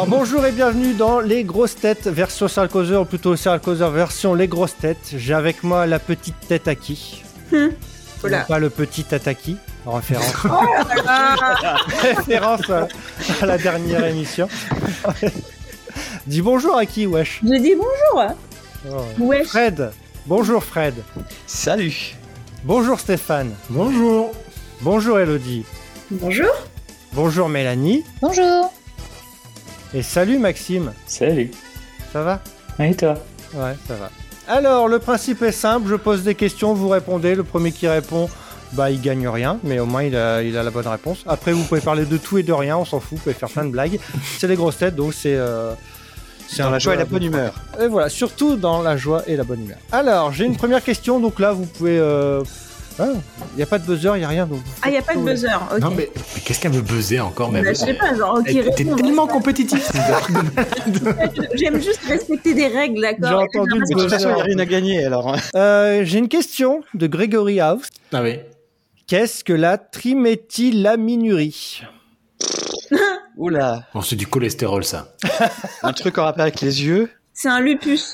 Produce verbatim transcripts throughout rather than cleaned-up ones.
bonjour et bienvenue dans Les Grosses Têtes version Serial Causeur, ou plutôt Serial Causeur version Les Grosses Têtes. J'ai avec moi la petite tête à qui hum. Voilà. Pas le petit Tataki, en référence, référence à, à la dernière émission. Dis bonjour à qui, wesh? Je dis bonjour. Oh. Wesh. Fred. Bonjour Fred. Salut. Bonjour Stéphane. Bonjour. Bonjour Elodie. Bonjour. Bonjour Mélanie. Bonjour. Et salut Maxime. Salut. Ça va? Et toi? Ouais, ça va. Alors, le principe est simple, je pose des questions, vous répondez. Le premier qui répond, bah, il gagne rien, mais au moins il a, il a la bonne réponse. Après, vous pouvez parler de tout et de rien, on s'en fout, vous pouvez faire plein de blagues. C'est les grosses têtes, donc c'est... Euh, c'est dans un la joie et la peu- bonne humeur. Et voilà, surtout dans la joie et la bonne humeur. Alors, j'ai une première question, donc là, vous pouvez... Il euh... n'y a pas de buzzer, il n'y a rien. Donc Ah, il n'y a pas de buzzer. Ok. Non mais, mais qu'est-ce qu'elle veut buzzer encore même? Bah, je sais pas, genre, qui Elle- T'es répond. tellement compétitif, César. J'aime juste respecter des règles, J'ai d'accord. entendu le Mais de toute façon, il buzzer. n'y a rien à gagner alors. Euh, j'ai une question de Gregory House. Ah oui. Qu'est-ce que la triméthylaminurie? Oula. Bon, c'est du cholestérol ça. Un truc en rapport avec les yeux. C'est un lupus.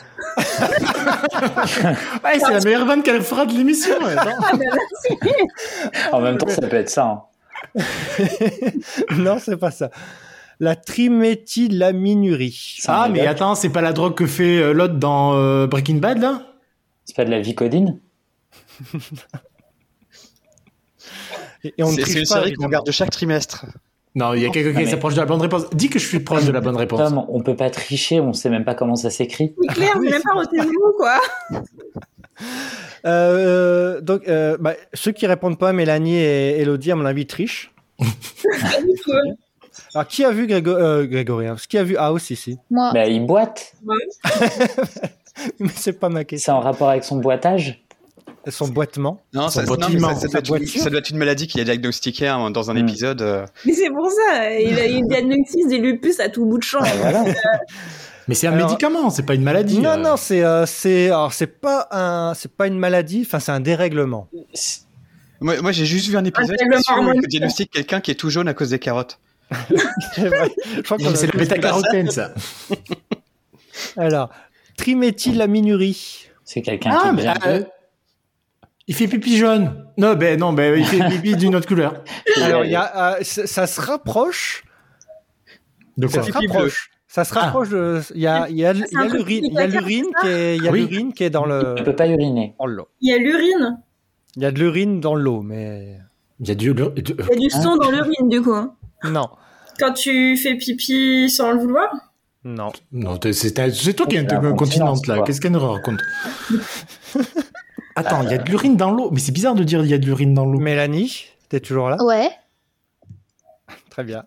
Ouais, c'est la meilleure vanne qu'elle fera de l'émission. ouais, attends. Ah, bah, merci. En même temps, ça peut être ça. Hein. Non, c'est pas ça. La triméthylaminurie. C'est un Ah mais médoc. attends, c'est pas la drogue que fait euh, l'autre dans euh, Breaking Bad là? C'est pas de la vicodine? Et, et on ne C'est triche c'est une pas, série qu'on évidemment. regarde chaque trimestre. Non, il y a quelqu'un qui mais- s'approche de la bonne réponse. Dis que je suis proche de la bonne réponse. Tom, on peut pas tricher, on sait même pas comment ça s'écrit. C'est clair, Ah oui, j'ai même c'est pas retenu le mot, quoi. Euh, donc, euh, bah, ceux qui répondent pas, Mélanie et Elodie, à mon avis, trichent. Alors, qui a vu Grégo euh, Grégory House? Qui a vu House ici? Moi, Bah, il boite. Mais c'est pas ma C'est question. en rapport avec son boitage? Son boitement. Non, Son ça, non, mais bâtiment, ça, ça, doit être, sa une- voiture. ça doit être une maladie qu'il a diagnostiquée hein, dans un Hmm. épisode. euh. Mais c'est pour ça, il a une diagnostic du lupus à tout bout de champ. Ah, voilà. Mais c'est un Alors- médicament, c'est pas une maladie. Non, euh. non, c'est, euh, c'est, alors c'est pas un, c'est pas une maladie. Enfin, c'est un dérèglement. C'est- Moi, moi, j'ai juste vu un épisode Ah, où le il hormone. diagnostique quelqu'un qui est tout jaune à cause des carottes. C'est vrai. Je crois qu'on a C'est la tous bêta-carotène ça. vu. Alors, triméthylaminurie. C'est quelqu'un Ah qui est mais bien euh, bleu. il fait pipi jaune. Non, ben non, ben il fait pipi d'une autre couleur. Alors, il y a, euh, ça, ça se rapproche. De Ça quoi? se Pipi rapproche. Ça se Ah. rapproche de. Il y a, il y a, il y C'est a un truc l'urine, qui il y a caca, l'urine c'est qui est, il y a Oui. l'urine qui est dans le. Il peut pas uriner. dans l'eau. Il y a l'urine. Il y a de l'urine dans l'eau, mais Il y a du. du- Il y a du sang dans l'urine, du coup. non, Quand tu fais pipi sans le vouloir. non. Non, t'es- c'est ta- c'est toi qui es C'est la une continente là. quoi. Qu'est-ce qu'elle nous raconte? Attends, il y a de l'urine dans l'eau. Mais c'est bizarre de dire il y a de l'urine dans l'eau. Mélanie, t'es toujours là? ouais. Très bien.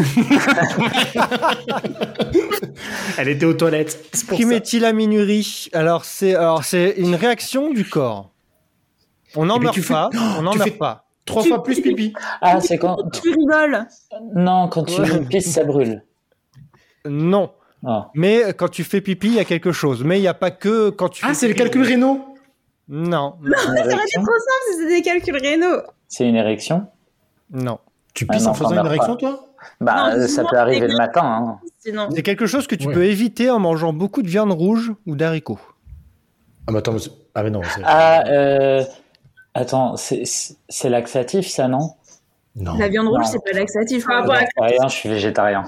Elle était aux toilettes. C'est pour ça. Triméthylaminurie. Alors c'est, alors c'est une réaction du corps. On n'en Eh ben, meurt tu fais- pas. On n'en tu meurt fais- pas. Trois Tu- fois plus pipi. Ah, c'est quand... Tu rigoles. Non, quand tu Ouais. pisses, ça brûle. Non. Oh. Mais quand tu fais pipi, il y a quelque chose. Mais il n'y a pas que quand tu. Ah, fais c'est les pipi. calculs rénaux. Non, Une Ça aurait été érection trop simple si c'était des calculs rénaux. C'est une érection? non. Tu Ah pisses non, en faisant t'en une meurs érection, pas. toi? Bah, Non, euh, ça justement, peut arriver c'est le matin. Hein. Sinon. C'est quelque chose que tu Ouais. peux éviter en mangeant beaucoup de viande rouge ou d'haricots. Ah, mais attends, mais c'est- ah, mais non. c'est- Ah, euh... Attends, c'est c'est laxatif, ça, non? Non. La viande rouge, Non. c'est pas laxatif. Par J'en rapport à sais rien, je suis végétarien.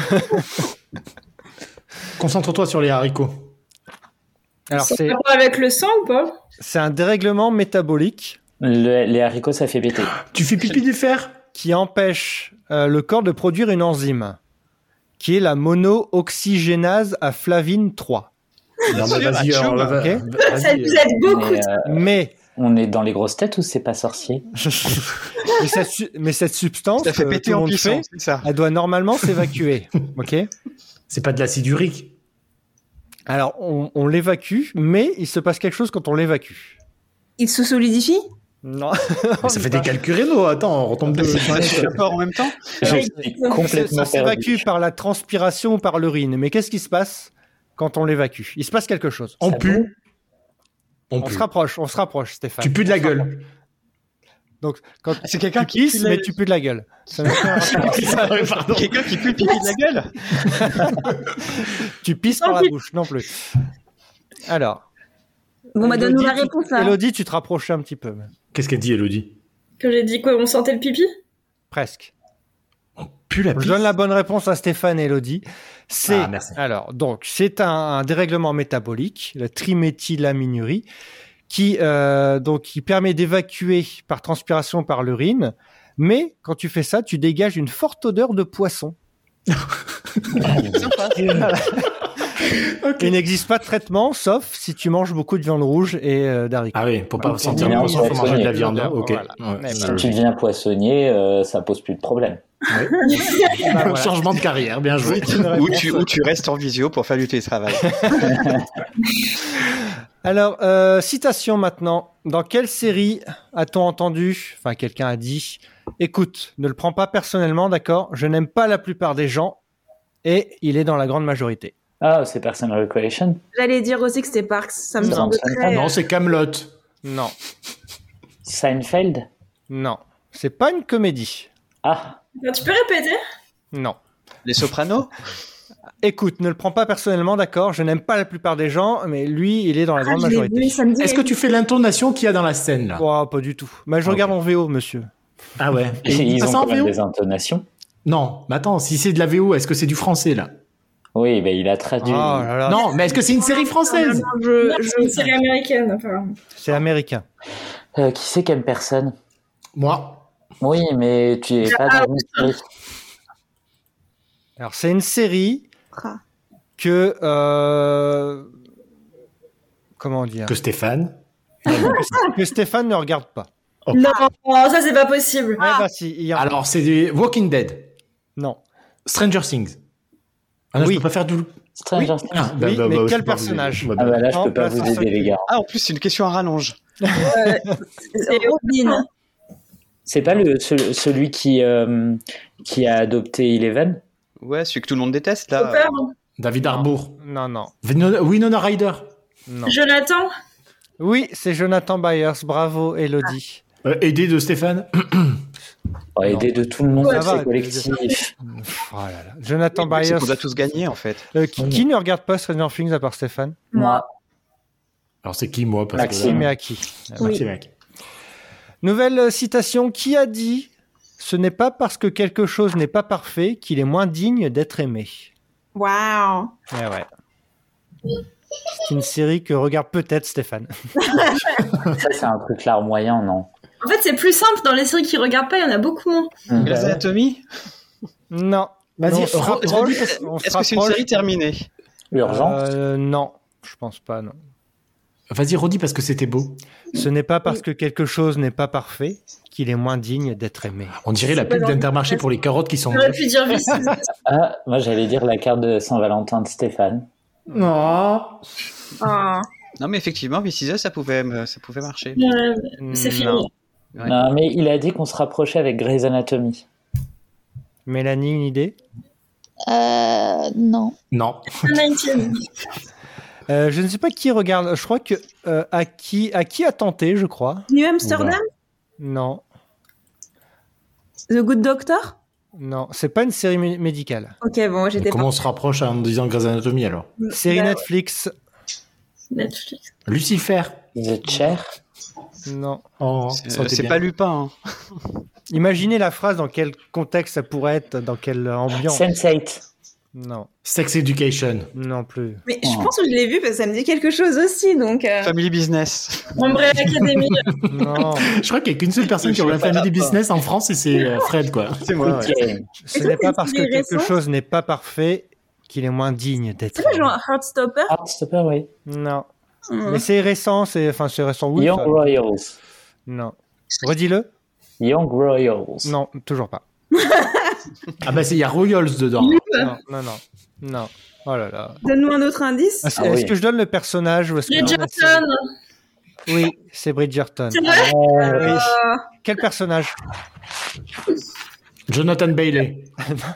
Concentre-toi sur les haricots. Alors C'est c'est, par rapport avec le sang ou pas? c'est un dérèglement métabolique Le- les haricots, ça fait péter. Tu fais pipi du fer? qui empêche euh, le corps de produire une enzyme qui est la monooxygénase à flavine trois. Non, mais sûr, vas-y, à alors, chaud, va- ok. vas-y, Ça euh, vous aide beaucoup. Mais, euh, Mais, on est dans les grosses têtes ou c'est pas sorcier? mais, cette, su- mais cette substance Ça fait que péter tout le en monde fait, puissance, c'est ça. elle doit normalement s'évacuer. Ok. C'est pas de l'acide urique. Alors on, on l'évacue, mais il se passe quelque chose quand on l'évacue. Il se solidifie? Non. Mais ça fait des calculs rénaux. Attends, on retombe de. Ça évapore en même temps. Je Ouais, suis exactement. complètement Ça s'évacue perdu. par la transpiration ou par l'urine. Mais qu'est-ce qui se passe quand on l'évacue? Il se passe quelque chose. On Ça pue. On On pue. se rapproche, on se rapproche, Stéphane. Tu pues de la gueule. Donc, quand C'est quelqu'un tu qui pisses, pue mais la- tu pues de la gueule. Ça n'a aucun rapport. C'est ça, ouais, pardon. Quelqu'un qui pue le pipi de la gueule. Tu pisses par la bouche, non plus. Alors. Bon, bah, donne-nous Élodie, la tu- réponse, là. Élodie, tu te rapprochais un petit peu. mais Qu'est-ce qu'elle dit, Elodie? Que j'ai dit quoi, on sentait le pipi? Presque. Plus la Je pisse. donne la bonne réponse à Stéphane et Elodie. C'est, Ah, merci. alors, donc, c'est un, un dérèglement métabolique, la triméthylaminurie, qui, euh, donc, qui permet d'évacuer par transpiration par l'urine. Mais, quand tu fais ça, tu dégages une forte odeur de poisson. Il n'existe pas de traitement, sauf si tu manges beaucoup de viande rouge et euh, d'haricots. Ah oui, pour pas Ah, sentir bien, le poisson, faut poissonnier. manger de la viande. hein. Ok. Voilà. Ouais. Mais Si bah, tu deviens poissonnier, euh, ça pose plus de problème. Bah, voilà. Changement de carrière, bien joué. C'est une Ou réponse. tu, ou tu restes en visio pour faire du télétravail. Alors, euh, citation maintenant. Dans quelle série a-t-on entendu, enfin quelqu'un a dit, écoute, ne le prends pas personnellement, d'accord, je n'aime pas la plupart des gens, et il est dans la grande majorité. Ah, c'est Personal Recreation. J'allais dire aussi que c'était Parks. Ça me Non, semble ça me très... Non, c'est Camelot. Non, Seinfeld. non, c'est pas une comédie. Ah, Ah, tu peux répéter? Non. Les Sopranos? Écoute, ne le prends pas personnellement, d'accord, je n'aime pas la plupart des gens, mais lui, il est dans la Ah, grande je l'ai majorité. vu, ça me dit... Est-ce que tu fais l'intonation qu'il y a dans la scène, là? Oh, pas du tout. Mais je Ah, regarde ok. en V O, monsieur. Ah ouais. Et ils ça ont sent en quand même V O? des intonations. Non, mais attends, si c'est de la V O, est-ce que c'est du français, là? Oui, ben il a Oh traduit. là là, Non, mais est-ce que c'est une série française? Je, je... une série américaine, apparemment. c'est américain. Euh, qui c'est qui aime personne? Moi. Oui, mais tu es pas Ah, dans une série. Alors, c'est une série Ah. que... Euh... Comment dire Que Stéphane. que Stéphane ne regarde pas. Oh. Non, ça c'est pas possible. Ah bah si, il y en a- Alors, c'est des Walking Dead. Non. Stranger Things. Ah non, Oui. je peux pas faire du... Stranger Things. Ah, Oui, mais je quel peux pas vous personnage aider. Ah bah là, je Non, peux pas place vous en aider, les gars. Ah, en plus, c'est une question à rallonge. C'est Robin. C'est pas le, ce- celui qui, euh, qui a adopté Eleven? Ouais, celui que tout le monde déteste, là. Hopper. David Harbour. Non, non, Winona, Winona Ryder. non. Jonathan. Oui, c'est Jonathan Byers. Bravo, Elodie. Euh, aidé de Stéphane. Oh, aider de tout le monde, Ça va, c'est collectif. Oh là là. Jonathan C'est Byers. qu'on a tous gagné, en fait. Euh, qui, qui ne regarde pas Stranger Things à part Stéphane Moi. Alors, c'est qui, moi? Parce Maxime. Qui que, met à qui là, Maxime, mec. Nouvelle euh, citation. Qui a dit « Ce n'est pas parce que quelque chose n'est pas parfait qu'il est moins digne d'être aimé Waouh. ». Eh ouais. C'est une série que regarde peut-être Stéphane. Ça, c'est un truc là moyen, non? En fait, c'est plus simple. Dans les séries qui regardent pas, il y en a beaucoup moins. Hum. Grey's Anatomy? Non. Vas-y, On se re- rapproche, redis- on se Est-ce que c'est une rapproche. série terminée? Urgence. Euh, Non, je pense pas, non. Vas-y, redis parce que c'était beau. Ce n'est pas parce que quelque chose n'est pas parfait qu'il est moins digne d'être aimé. On dirait la pas pub dans- d'Intermarché pour les carottes qui sont J'aurais moches. pu dire Vici. Ah, moi, j'allais dire la carte de Saint-Valentin de Stéphane. Non. Ah. Non, mais effectivement, V six ça pouvait, me- ça pouvait marcher. Ouais, c'est fini. Non. Ouais. Non, mais il a dit qu'on se rapprochait avec Grey's Anatomy. Mélanie, une idée? Euh, non. Non. dix-neuf. Euh, je ne sais pas qui regarde. Je crois que euh, à qui à qui a tenté, je crois. New Amsterdam? Non, The Good Doctor? non, c'est pas une série mé- médicale. Ok, bon, j'étais Comment pas... on se rapproche en disant Grey's Anatomy alors? Série Bah, Netflix? Netflix. Lucifer. The Chair. Non. Oh, C'est ça aurait été c'est bien. pas Lupin. Hein. Imaginez la phrase, dans quel contexte ça pourrait être, dans quelle ambiance. sense eight. Non, Sex Education. non plus. Mais je pense que je l'ai vu parce que ça me dit quelque chose aussi, donc... euh, Family Business. Umbrella Academy. Non, Je crois qu'il n'y a qu'une seule personne qui Je aurait sais pas. Family Business en France et c'est euh, Fred, quoi. C'est moi, ouais. Ok. ce ça, n'est c'est pas une parce que série quelque récente chose n'est pas parfait qu'il est moins digne d'être. C'est pas genre Heartstopper? Heartstopper, oui. Non, Hmm. mais c'est récent, c'est enfin c'est récent. Oui, Young ça- Royals. Non. Redis-le. Young Royals. Non, toujours pas. Ah bah c'est il y a Royals dedans. Non, non, non, non. Oh là là. Donne-nous un autre indice. Est-ce Ah est-ce oui. que je donne le personnage ou est-ce que Bridgerton. Oui, c'est Bridgerton. C'est vrai? Oui. Euh, Quel personnage? Jonathan Bailey.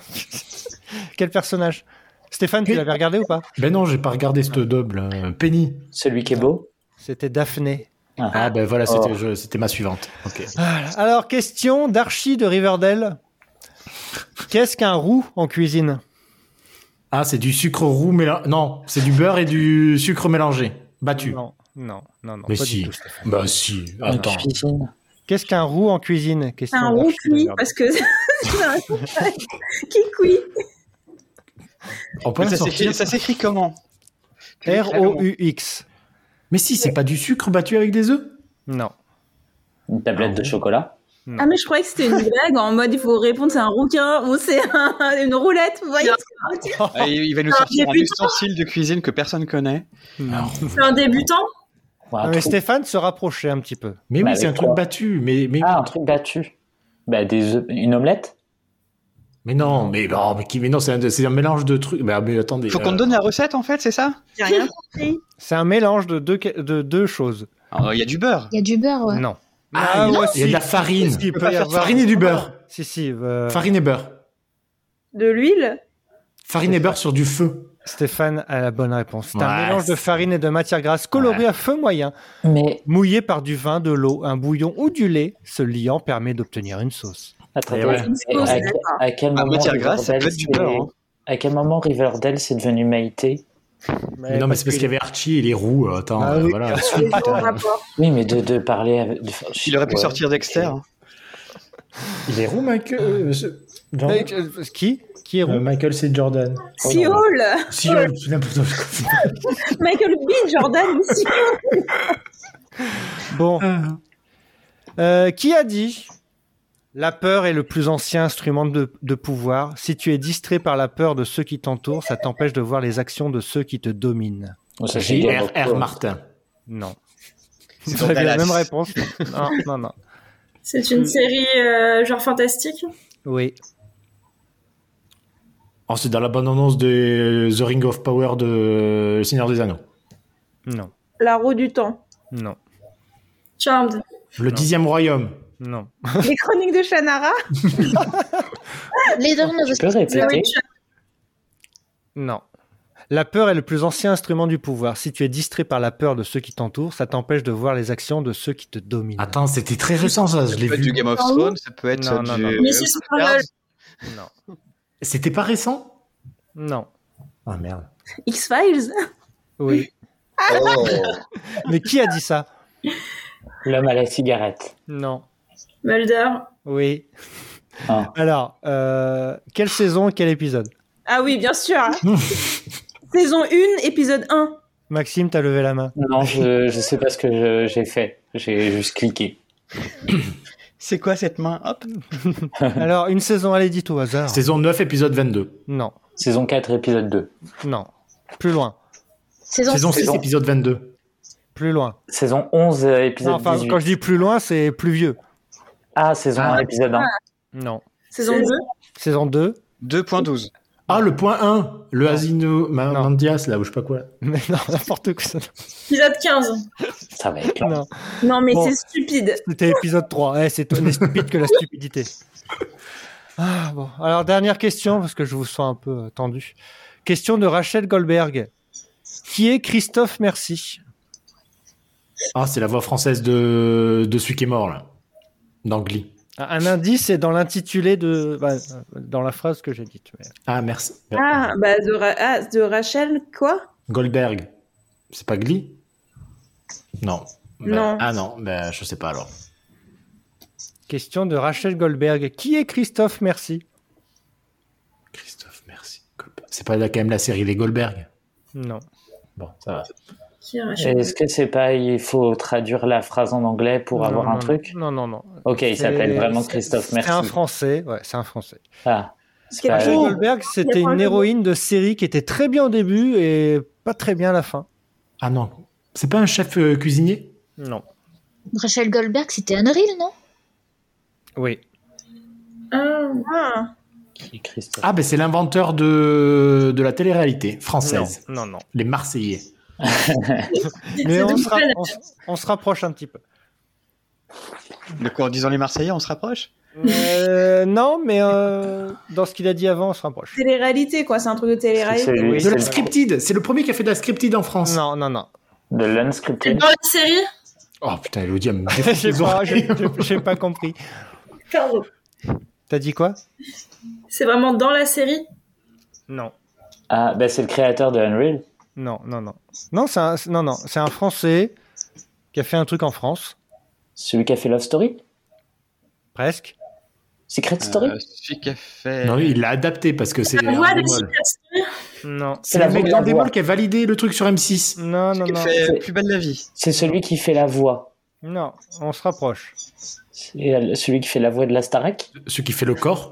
Quel personnage? Stéphane, tu l'avais regardé ou pas? Ben non, j'ai pas regardé ce double. euh, Penny. Celui qui est beau. C'était Daphné. Ah ben voilà, c'était, Oh. je- c'était ma suivante. Ok. Voilà. Alors, question d'Archie de Riverdale. Qu'est-ce qu'un roux en cuisine? Ah, c'est du sucre roux mélangé. Non, c'est du beurre et du sucre mélangé. Battu. Non, non, non, non. Mais pas si. du tout, Stéphane. Bah si. En Attends. cuisine. Qu'est-ce qu'un roux en cuisine? Question Un roux d'Archie de cuit, Riverdale. parce que c'est un qui cuit. On peut Mais la ça s'écrit- sortir. ça s'écrit comment? Tu l'écrirais R O comment U X. Mais si, c'est pas du sucre battu avec des œufs. Non. Une tablette de chocolat. Ah, mais je croyais que c'était une blague en mode il faut répondre c'est un rouquin ou c'est un- une roulette, vous voyez? Ah, il il va nous Un sortir un débutant. ustensile de cuisine que personne connaît. C'est un débutant. Ouais, Non, un mais truc- Stéphane se rapprochait un petit peu. Mais Bah, oui, c'est un avec truc quoi battu. Mais, mais, Ah, un truc battu. Bah, des œufs- une omelette. mais non, mais, oh, mais, qui, mais non, c'est un, c'est un mélange de trucs. Mais, mais attendez. Faut qu'on euh, te donne la recette en fait, c'est ça? J'ai rien compris. C'est un mélange de deux, de deux choses. Alors, Il y a du beurre. Il y a du beurre, ouais. Non. Ah, il y a- ouais, il y a de la si. farine. Si, il peut peut pas y faire avoir- Farine et du beurre. Si, si. euh, Farine et beurre. De l'huile? Farine et beurre sur du feu. Stéphane a la bonne réponse. C'est un Ouais, mélange de c'est- farine et de matière grasse colorée à feu moyen, Mais, mouillé par du vin, de l'eau, un bouillon ou du lait. Ce liant permet d'obtenir une sauce. attendez, Et ouais. Une mais sauce, à, d'accord. à quel Ah, moment matière grasse, ça peut Riverdale, être du c'est- beurre. hein. À quel moment Riverdale c'est devenu Maïté? Mais non, mais c'est parce qu'il y avait Archie et les roues. Attends, Ah euh, oui. voilà. Au rapport. Oui, mais de, de parler avec. de- Il aurait pu Ouais. sortir Dexter. hein. Il est roux, Michael. euh, ce- Jordan Euh, euh, Qui Qui est roux Euh, Michael, c'est Jordan. Seoul! Si, euh, c'est n'importe quoi. Michael B. Jordan, Seoul! Bon. Euh, qui a dit la peur est le plus ancien instrument de, de pouvoir. Si tu es distrait par la peur de ceux qui t'entourent, ça t'empêche de voir les actions de ceux qui te dominent. Oh, ça, c'est J Game R of R Thrones. Martin. Non. C'est Vous dans avez la Dallas. même réponse. Non, non, non. C'est une série euh, genre fantastique. Oui. Oh, c'est dans la bande-annonce de The Ring of Power de Le Seigneur des Anneaux. Non. La roue du temps. Non. Charmed. Le dixième royaume. Non. Les chroniques de Shannara. Leader Tu peux The répéter? Witcher. Non. La peur est le plus ancien instrument du pouvoir. Si tu es distrait par la peur de ceux qui t'entourent, ça t'empêche de voir les actions de ceux qui te dominent. Attends, c'était très récent ça, je Ça l'ai peut être vu. du Game of Non. Thrones, ça peut être Non, non, du... non. Mais c'est sur Cards. Marvel. Non. C'était pas récent? Non. Ah merde. X-Files. Oui. Oh. Mais qui a dit ça? L'homme à la cigarette. Non. Mulder. Oui. Ah. Alors, euh, quelle saison et quel épisode? Ah oui, bien sûr. Saison un, épisode un. Maxime, t'as levé la main. Non, je, je sais pas ce que je- j'ai fait. J'ai juste cliqué. C'est quoi cette main? Hop. Alors, une saison, allez, dites au hasard. Saison neuf, épisode vingt-deux. Non. Saison quatre, épisode deux. Non. Plus loin. Saison, Saison six, Saison. épisode vingt-deux. Plus loin. Saison onze, euh, épisode Non, enfin, dix-huit. quand je dis plus loin, c'est plus vieux. Ah, saison Ah. un, épisode un. Non. Saison Saison- deux. Saison deux. deux point douze. Ah, le point un, le Non. Asino Ma- Non. Mandias, là, ou je sais pas quoi. Mais non, n'importe quoi. ça. Épisode quinze. Ça va être long. Non. Non, mais Bon. c'est stupide. C'était épisode trois. Eh, c'est toi, n'est stupide que la stupidité. Ah, bon. Alors, dernière question, parce que je vous sens un peu euh, tendu. Question de Rachel Goldberg. Qui est Christophe Merci? Ah, c'est la voix française de, de celui qui est mort, là. D'Angly. Un indice est dans l'intitulé de. Bah, dans la phrase que j'ai dite. mais- Ah, merci. Ah, bah de, Ra- ah, de Rachel, quoi? Goldberg. C'est pas Glee? Non. Ben, Non. Ah non, ben, je sais pas alors. Question de Rachel Goldberg. Qui est Christophe Merci? Christophe, merci. Goldberg. C'est pas là, quand même la série Les Goldberg? Non. Bon, ça va. Qui est Rachel. Est-ce que c'est pas, il faut traduire la phrase en anglais pour Non, avoir non, un non. truc? Non, non, non. Ok, il s'appelle C'est- vraiment c'est- Christophe Merci. C'est un français. Ouais, c'est un français. Ah, c'est Quel pas- Rachel Oh Goldberg, c'était Il y a pas une le- héroïne de série qui était très bien au début et pas très bien à la fin. Ah non. C'est pas un chef euh, cuisinier? Non. Rachel Goldberg, c'était Unreal, non? Oui. Ah, Ah, Qui est Christophe? Ah, ben c'est l'inventeur de, de la télé-réalité française. Non, non, non. Les Marseillais. Mais C'est on de se, ra- Montréal. on s- on se rapproche un petit peu. De quoi, en disant les Marseillais, on se rapproche? Euh, non, mais euh, dans ce qu'il a dit avant, on se rapproche. télé-réalité, quoi. C'est un truc de télé-réalité. C'est- Oui, De c'est la le- scripted. C'est le premier qui a fait de la scripted en France. Non, non, non. De c'est l'unscripted. dans la série. Oh putain, Elodie, elle me J'ai défonce les pas, oreilles. j'ai- j'ai- j'ai pas compris. Pardon. T'as dit quoi? C'est vraiment dans la série? Non. Ah, bah c'est le créateur de Unreal. Non, non, non. Non, c'est un, non, non, c'est un Français qui a fait un truc en France, Celui qui a fait Love Story? presque. Secret Story? Euh, celui qui a fait. Non, il l'a adapté parce que c'est La un voix de bémol. Secret Story? Non, C'est la le mec voix de d'un la bémol voix. qui a validé le truc sur M six. non, non, Celui qui non. fait C'est- Plus belle la vie. C'est celui qui fait la voix. Non, on se rapproche. C'est euh, celui qui fait la voix de la Starac? Celui qui fait le corps.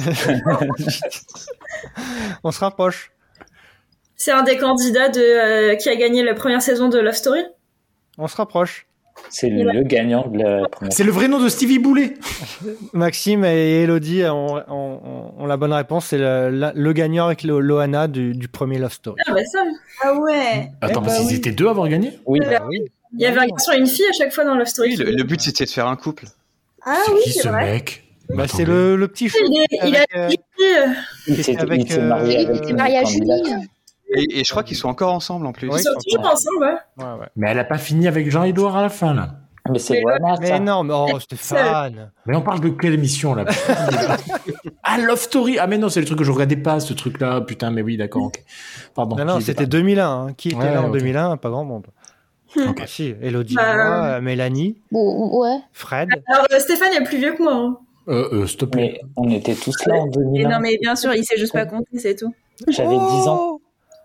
On se rapproche. C'est un des candidats de, euh, qui a gagné la première saison de Love Story? On se rapproche. C'est le, le gagnant de la première. C'est le vrai nom de Stevie Boulet. Maxime et Elodie ont, ont- ont- ont la bonne réponse. C'est le, la- le gagnant avec le Loana du, du premier Love Story. Ah bah ça. Ah ouais. Attends, bah parce qu'ils oui. étaient deux à avoir gagné. Oui, Bah oui. Il y avait un garçon et une fille à chaque fois dans Love Story. Oui, le, le but c'était de faire un couple. Ah c'est oui, qui c'est ce vrai. mec? Bah, Attendez. c'est le, le petit chou. Il, est, il a avec, euh, dit, euh, il s'est avec, il s'est euh, marié Il avec était une marié à candidate. Julie. Et, et je crois qu'ils sont encore ensemble en plus. Oui. ils sont ils sont toujours pas- ensemble, ouais. Ouais, ouais. Mais elle a pas fini avec Jean-Édouard à la fin, là. Mais c'est Mais Loana, ça. Mais non, mais oh Stéphane. Mais on parle de quelle émission, là? Ah, Love Story. Ah, mais non, c'est le truc que je regardais pas, ce truc-là. Putain, mais oui, d'accord, ok. Pardon. Non, non, j'y étais c'était pas. deux mille un. Hein. Qui était Ouais, là en ok. deux mille un? Pas grand monde. Ok. Ah, si, Elodie, Bah, moi, euh, Mélanie, Bon, ouais. Fred. Alors euh, Stéphane est plus vieux que moi. Hein. Euh, euh, s'il te plaît. Mais on était tous là en Et deux mille un. non, mais bien sûr, il sait juste pas compter, c'est tout. J'avais dix ans.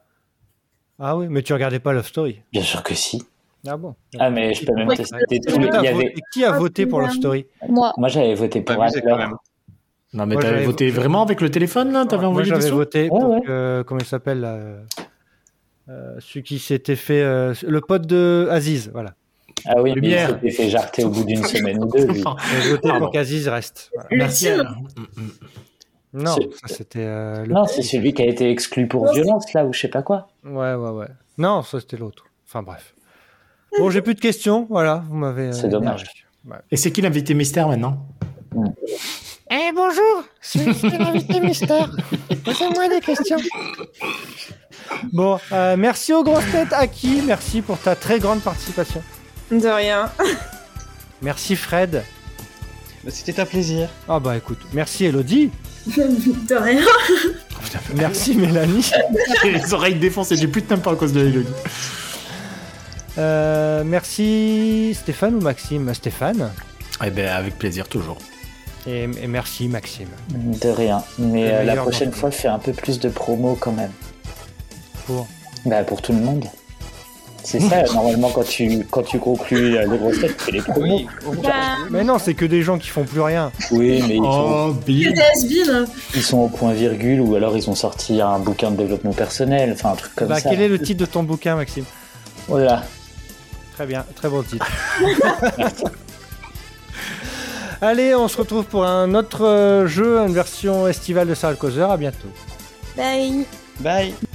Ah oui, mais tu regardais pas Love Story. Bien sûr que si. Ah bon. Ah, mais je peux même Ouais, tester Est-ce tout. que Il t'as y voté- avait... Qui a Oh, voté pour Love putain. Story? Moi. Moi, j'avais voté Pas pour abusé, quand Adler. même. Non, mais Moi, t'avais j'avais- voté vraiment avec le téléphone, là? T'avais Moi, envoyé des j'avais sous? voté Ouais, pour ouais. que, comment il s'appelle, là, euh, euh, celui qui s'était fait, euh, le pote de Aziz, voilà. Ah oui, mais il Lumière. s'était fait jarter au bout d'une semaine ou deux, lui. J'ai voté Pardon. pour qu'Aziz reste. Voilà. Le Merci. team. Anne. Mm, mm. Non, C'est- ça c'était euh, le... Non, c'est celui qui a été exclu pour Non, violence, là, ou je sais pas quoi. Ouais, ouais, ouais. Non, ça c'était l'autre. Enfin bref. Bon, j'ai plus de questions, voilà, vous m'avez... euh, C'est dommage. énervé. Ouais. Et c'est qui l'invité mystère maintenant? Eh bonjour, c'est l'invité mystère. Posez-moi des questions. Bon, euh, merci aux grosses têtes, Aki, merci pour ta très grande participation. De rien. Merci Fred. Bah, c'était un plaisir. Ah bah écoute, merci Elodie. De rien. Merci Mélanie. J'ai les oreilles défoncées, j'ai plus de tempo à cause de Elodie. Euh, merci Stéphane ou Maxime? Stéphane. Eh ben, avec plaisir, toujours. Et, et merci Maxime. De rien. Mais Le euh, la meilleur prochaine d'entre fois, fais un peu plus de promo quand même. Pour... Bah, pour tout le monde. C'est ça, normalement, quand tu, quand tu conclus euh, les grosses têtes, tu fais les promos. Oui. Bah, Mais non, c'est que des gens qui font plus rien. Oui, mais ils, sont, Oh, Bill. C'était has-been. ils sont au point virgule ou alors ils ont sorti un bouquin de développement personnel, enfin un truc comme Bah, ça. quel est le titre de ton bouquin, Maxime? Voilà. Très bien, très bon titre. Allez, on se retrouve pour un autre euh, jeu, une version estivale de Sarah Causer. À bientôt. bye. Bye.